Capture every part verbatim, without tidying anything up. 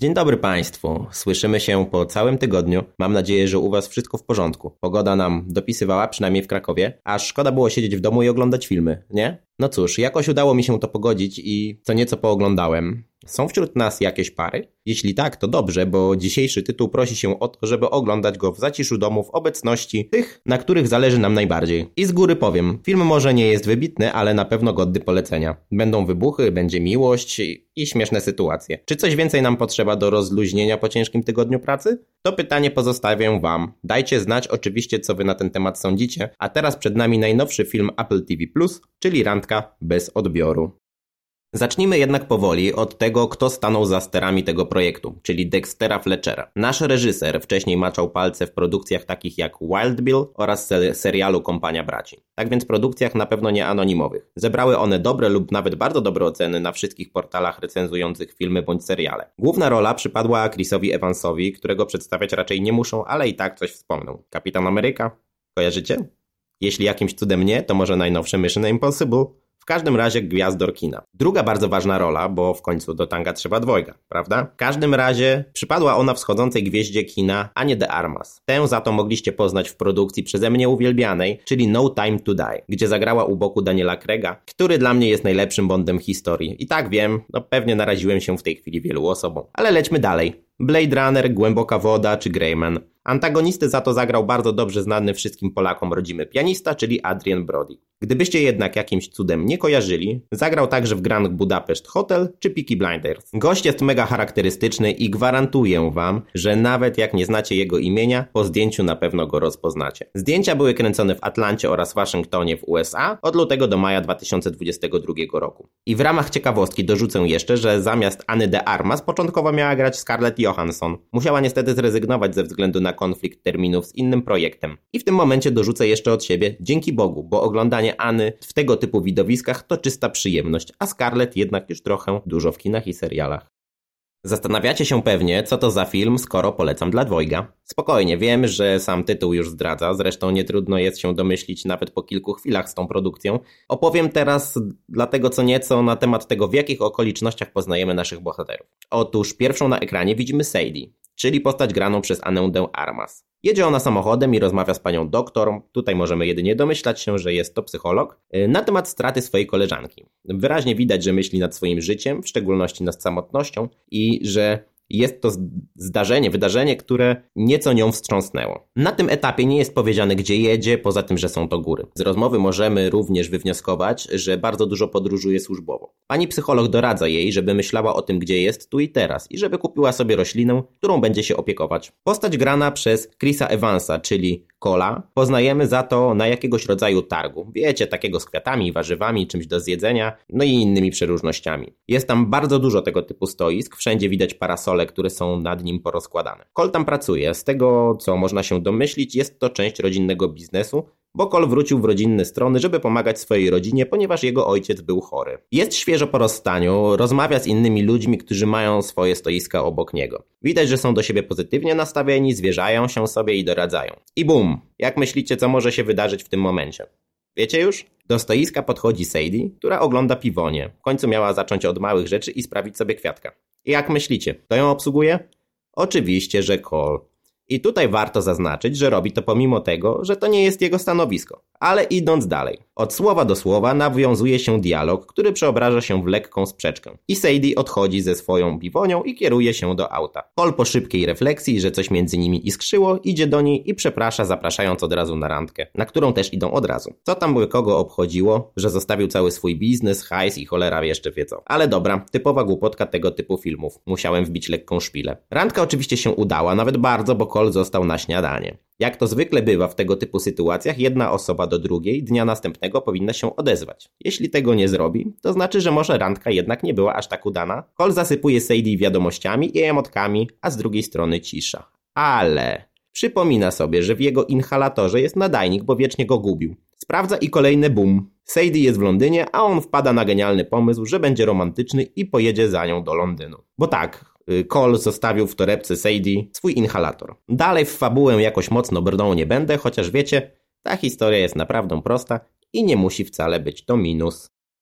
Dzień dobry Państwu. Słyszymy się po całym tygodniu. Mam nadzieję, że u Was wszystko w porządku. Pogoda nam dopisywała, przynajmniej w Krakowie, a szkoda było siedzieć w domu i oglądać filmy, nie? No cóż, jakoś udało mi się to pogodzić i co nieco pooglądałem. Są wśród nas jakieś pary? Jeśli tak, to dobrze, bo dzisiejszy tytuł prosi się o to, żeby oglądać go w zaciszu domu w obecności tych, na których zależy nam najbardziej. I z góry powiem, film może nie jest wybitny, ale na pewno godny polecenia. Będą wybuchy, będzie miłość i, i śmieszne sytuacje. Czy coś więcej nam potrzeba do rozluźnienia po ciężkim tygodniu pracy? To pytanie pozostawię Wam. Dajcie znać oczywiście, co Wy na ten temat sądzicie, a teraz przed nami najnowszy film Apple T V plus, czyli Randka bez odbioru. Zacznijmy jednak powoli od tego, kto stanął za sterami tego projektu, czyli Dextera Fletchera. Nasz reżyser wcześniej maczał palce w produkcjach takich jak Wild Bill oraz serialu Kompania Braci. Tak więc produkcjach na pewno nie anonimowych. Zebrały one dobre lub nawet bardzo dobre oceny na wszystkich portalach recenzujących filmy bądź seriale. Główna rola przypadła Chrisowi Evansowi, którego przedstawiać raczej nie muszą, ale i tak coś wspomnę. Kapitan Ameryka? Kojarzycie? Jeśli jakimś cudem nie, to może najnowsze Mission Impossible? W każdym razie gwiazdor kina. Druga bardzo ważna rola, bo w końcu do tanga trzeba dwojga, prawda? W każdym razie przypadła ona wschodzącej gwieździe kina Annie de Armas. Tę za to mogliście poznać w produkcji przeze mnie uwielbianej, czyli No Time to Die, gdzie zagrała u boku Daniela Craiga, który dla mnie jest najlepszym Bondem historii. I tak wiem, no pewnie naraziłem się w tej chwili wielu osobom. Ale lećmy dalej. Blade Runner, Głęboka Woda czy Greyman. Antagonisty za to zagrał bardzo dobrze znany wszystkim Polakom rodzimy pianista, czyli Adrien Brody. Gdybyście jednak jakimś cudem nie kojarzyli, zagrał także w Grand Budapest Hotel czy Peaky Blinders. Gość jest mega charakterystyczny i gwarantuję Wam, że nawet jak nie znacie jego imienia, po zdjęciu na pewno go rozpoznacie. Zdjęcia były kręcone w Atlancie oraz Waszyngtonie w U S A od lutego do maja dwa tysiące dwudziestego drugiego roku. I w ramach ciekawostki dorzucę jeszcze, że zamiast Anny de Armas początkowo miała grać Scarlett Johansson. Musiała niestety zrezygnować ze względu na konflikt terminów z innym projektem. I w tym momencie dorzucę jeszcze od siebie dzięki Bogu, bo oglądanie Anny w tego typu widowiskach to czysta przyjemność, a Scarlett jednak już trochę dużo w kinach i serialach. Zastanawiacie się pewnie, co to za film, skoro polecam dla dwojga. Spokojnie, wiem, że sam tytuł już zdradza, zresztą nie trudno jest się domyślić nawet po kilku chwilach z tą produkcją. Opowiem teraz dlatego co nieco na temat tego, w jakich okolicznościach poznajemy naszych bohaterów. Otóż pierwszą na ekranie widzimy Sadie, czyli postać graną przez Annę de Armas. Jedzie ona samochodem i rozmawia z panią doktor, tutaj możemy jedynie domyślać się, że jest to psycholog, na temat straty swojej koleżanki. Wyraźnie widać, że myśli nad swoim życiem, w szczególności nad samotnością i że jest to zdarzenie, wydarzenie, które nieco nią wstrząsnęło. Na tym etapie nie jest powiedziane, gdzie jedzie, poza tym, że są to góry. Z rozmowy możemy również wywnioskować, że bardzo dużo podróżuje służbowo. Pani psycholog doradza jej, żeby myślała o tym, gdzie jest tu i teraz i żeby kupiła sobie roślinę, którą będzie się opiekować. Postać grana przez Chrisa Evansa, czyli Cola, poznajemy za to na jakiegoś rodzaju targu. Wiecie, takiego z kwiatami, warzywami, czymś do zjedzenia, no i innymi przeróżnościami. Jest tam bardzo dużo tego typu stoisk, wszędzie widać parasole, które są nad nim porozkładane. Cole tam pracuje, z tego co można się domyślić, jest to część rodzinnego biznesu, bo Cole wrócił w rodzinne strony, żeby pomagać swojej rodzinie, ponieważ jego ojciec był chory. Jest świeżo po rozstaniu, rozmawia z innymi ludźmi, którzy mają swoje stoiska obok niego. Widać, że są do siebie pozytywnie nastawieni, zwierzają się sobie i doradzają. I bum! Jak myślicie, co może się wydarzyć w tym momencie? Wiecie już? Do stoiska podchodzi Sadie, która ogląda piwonie. W końcu miała zacząć od małych rzeczy i sprawić sobie kwiatka. I jak myślicie, kto ją obsługuje? Oczywiście, że Cole. I tutaj warto zaznaczyć, że robi to pomimo tego, że to nie jest jego stanowisko. Ale idąc dalej. Od słowa do słowa nawiązuje się dialog, który przeobraża się w lekką sprzeczkę. I Sadie odchodzi ze swoją piwonią i kieruje się do auta. Cole po szybkiej refleksji, że coś między nimi iskrzyło, idzie do niej i przeprasza, zapraszając od razu na randkę, na którą też idą od razu. Co tam by kogo obchodziło, że zostawił cały swój biznes, hajs i cholera jeszcze wie co. Ale dobra, typowa głupotka tego typu filmów. Musiałem wbić lekką szpilę. Randka oczywiście się udała, nawet bardzo, bo Cole został na śniadanie. Jak to zwykle bywa w tego typu sytuacjach, jedna osoba do drugiej dnia następnego powinna się odezwać. Jeśli tego nie zrobi, to znaczy, że może randka jednak nie była aż tak udana. Cole zasypuje Sadie wiadomościami i emotkami, a z drugiej strony cisza. Ale przypomina sobie, że w jego inhalatorze jest nadajnik, bo wiecznie go gubił. Sprawdza i kolejny boom. Sadie jest w Londynie, a on wpada na genialny pomysł, że będzie romantyczny i pojedzie za nią do Londynu. Bo tak, Cole zostawił w torebce Sadie swój inhalator. Dalej w fabułę jakoś mocno brnął nie będę, chociaż wiecie, ta historia jest naprawdę prosta i nie musi wcale być to minus.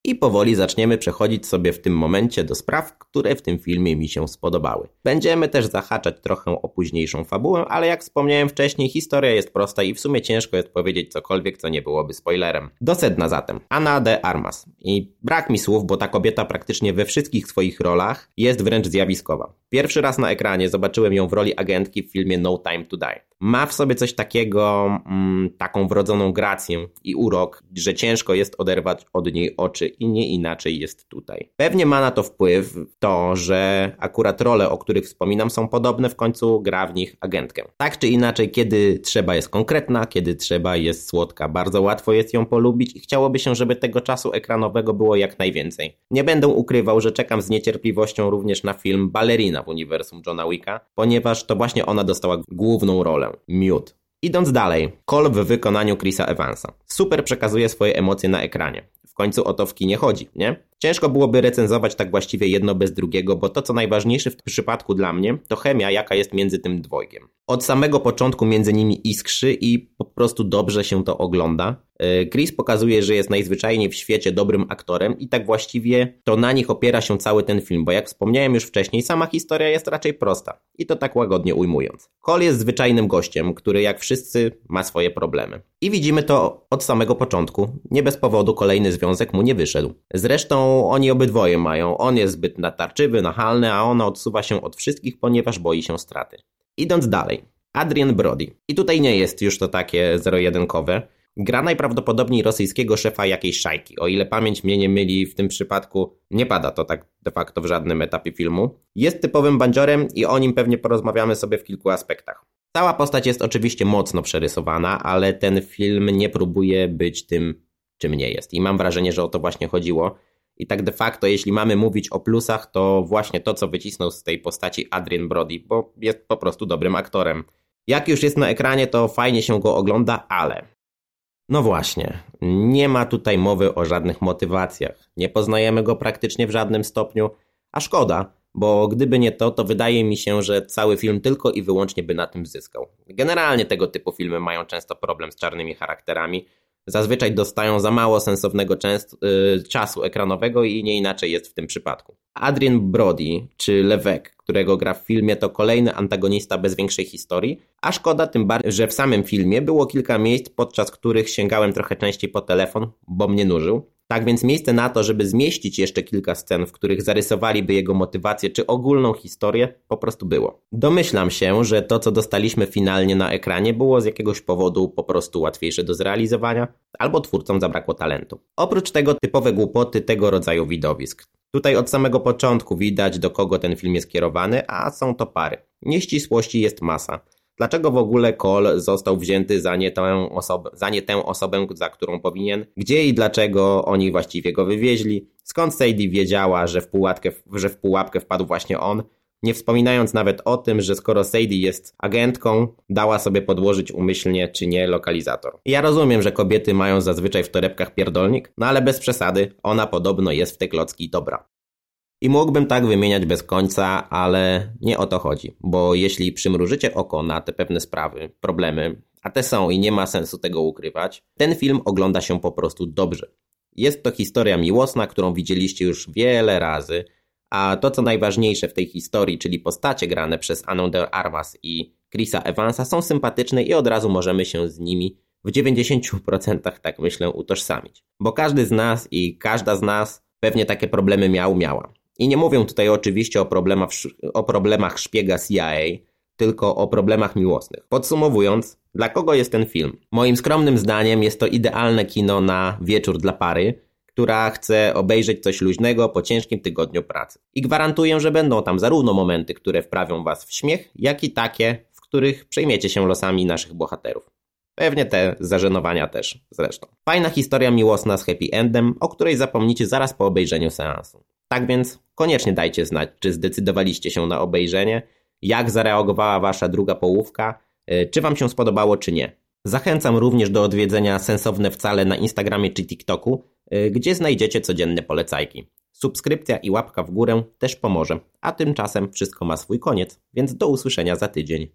I powoli zaczniemy przechodzić sobie w tym momencie do spraw, które w tym filmie mi się spodobały. Będziemy też zahaczać trochę o późniejszą fabułę, ale jak wspomniałem wcześniej, historia jest prosta i w sumie ciężko jest powiedzieć cokolwiek, co nie byłoby spoilerem. Do sedna zatem. Ana de Armas. I brak mi słów, bo ta kobieta praktycznie we wszystkich swoich rolach jest wręcz zjawiskowa. Pierwszy raz na ekranie zobaczyłem ją w roli agentki w filmie No Time to Die. Ma w sobie coś takiego, mm, taką wrodzoną grację i urok, że ciężko jest oderwać od niej oczy i nie inaczej jest tutaj. Pewnie ma na to wpływ to, że akurat role, o których wspominam, są podobne, w końcu gra w nich agentkę. Tak czy inaczej, kiedy trzeba jest konkretna, kiedy trzeba jest słodka, bardzo łatwo jest ją polubić i chciałoby się, żeby tego czasu ekranowego było jak najwięcej. Nie będę ukrywał, że czekam z niecierpliwością również na film Ballerina w uniwersum Johna Wicka, ponieważ to właśnie ona dostała główną rolę. Miód. Idąc dalej, Cole w wykonaniu Chrisa Evansa. Super przekazuje swoje emocje na ekranie. W końcu o to w kinie chodzi, nie? Ciężko byłoby recenzować tak właściwie jedno bez drugiego, bo to co najważniejsze w tym przypadku dla mnie to chemia, jaka jest między tym dwojgiem. Od samego początku między nimi iskrzy i po prostu dobrze się to ogląda. Chris pokazuje, że jest najzwyczajniej w świecie dobrym aktorem i tak właściwie to na nich opiera się cały ten film, bo jak wspomniałem już wcześniej, sama historia jest raczej prosta i to tak łagodnie ujmując. Cole jest zwyczajnym gościem, który jak wszyscy ma swoje problemy. I widzimy to od samego początku. Nie bez powodu kolejny związek mu nie wyszedł. Zresztą oni obydwoje mają. On jest zbyt natarczywy, nachalny, a ona odsuwa się od wszystkich, ponieważ boi się straty. Idąc dalej. Adrien Brody. I tutaj nie jest już to takie zero-jedynkowe. Gra najprawdopodobniej rosyjskiego szefa jakiejś szajki. O ile pamięć mnie nie myli, w tym przypadku nie pada to tak de facto w żadnym etapie filmu. Jest typowym bandziorem i o nim pewnie porozmawiamy sobie w kilku aspektach. Cała postać jest oczywiście mocno przerysowana, ale ten film nie próbuje być tym, czym nie jest. I mam wrażenie, że o to właśnie chodziło. I tak de facto, jeśli mamy mówić o plusach, to właśnie to, co wycisnął z tej postaci Adrien Brody, bo jest po prostu dobrym aktorem. Jak już jest na ekranie, to fajnie się go ogląda, ale... No właśnie, nie ma tutaj mowy o żadnych motywacjach. Nie poznajemy go praktycznie w żadnym stopniu, a szkoda, bo gdyby nie to, to wydaje mi się, że cały film tylko i wyłącznie by na tym zyskał. Generalnie tego typu filmy mają często problem z czarnymi charakterami. Zazwyczaj dostają za mało sensownego częst, yy, czasu ekranowego i nie inaczej jest w tym przypadku. Adrien Brody, czy Levesque, którego gra w filmie, to kolejny antagonista bez większej historii, a szkoda tym bardziej, że w samym filmie było kilka miejsc, podczas których sięgałem trochę częściej po telefon, bo mnie nużył. Tak więc miejsce na to, żeby zmieścić jeszcze kilka scen, w których zarysowaliby jego motywację czy ogólną historię, po prostu było. Domyślam się, że to, co dostaliśmy finalnie na ekranie, było z jakiegoś powodu po prostu łatwiejsze do zrealizowania, albo twórcom zabrakło talentu. Oprócz tego typowe głupoty tego rodzaju widowisk. Tutaj od samego początku widać, do kogo ten film jest kierowany, a są to pary. Nieścisłości jest masa. Dlaczego w ogóle Cole został wzięty za nie, tę osobę, za nie tę osobę, za którą powinien? Gdzie i dlaczego oni właściwie go wywieźli? Skąd Sadie wiedziała, że w pułapkę, że w pułapkę wpadł właśnie on? Nie wspominając nawet o tym, że skoro Sadie jest agentką, dała sobie podłożyć umyślnie czy nie lokalizator. Ja rozumiem, że kobiety mają zazwyczaj w torebkach pierdolnik, no ale bez przesady, ona podobno jest w te klocki dobra. I mógłbym tak wymieniać bez końca, ale nie o to chodzi, bo jeśli przymrużycie oko na te pewne sprawy, problemy, a te są i nie ma sensu tego ukrywać, ten film ogląda się po prostu dobrze. Jest to historia miłosna, którą widzieliście już wiele razy, a to co najważniejsze w tej historii, czyli postacie grane przez Annę de Armas i Chrisa Evansa są sympatyczne i od razu możemy się z nimi w dziewięćdziesięciu procentach tak myślę utożsamić. Bo każdy z nas i każda z nas pewnie takie problemy miał, miała. I nie mówię tutaj oczywiście o problemach, o problemach szpiega C I A, tylko o problemach miłosnych. Podsumowując, dla kogo jest ten film? Moim skromnym zdaniem jest to idealne kino na wieczór dla pary, która chce obejrzeć coś luźnego po ciężkim tygodniu pracy. I gwarantuję, że będą tam zarówno momenty, które wprawią was w śmiech, jak i takie, w których przejmiecie się losami naszych bohaterów. Pewnie te zażenowania też zresztą. Fajna historia miłosna z happy endem, o której zapomnicie zaraz po obejrzeniu seansu. Tak więc koniecznie dajcie znać, czy zdecydowaliście się na obejrzenie, jak zareagowała wasza druga połówka, czy wam się spodobało, czy nie. Zachęcam również do odwiedzenia Sensowne Wcale na Instagramie czy TikToku, gdzie znajdziecie codzienne polecajki. Subskrypcja i łapka w górę też pomoże, a tymczasem wszystko ma swój koniec, więc do usłyszenia za tydzień.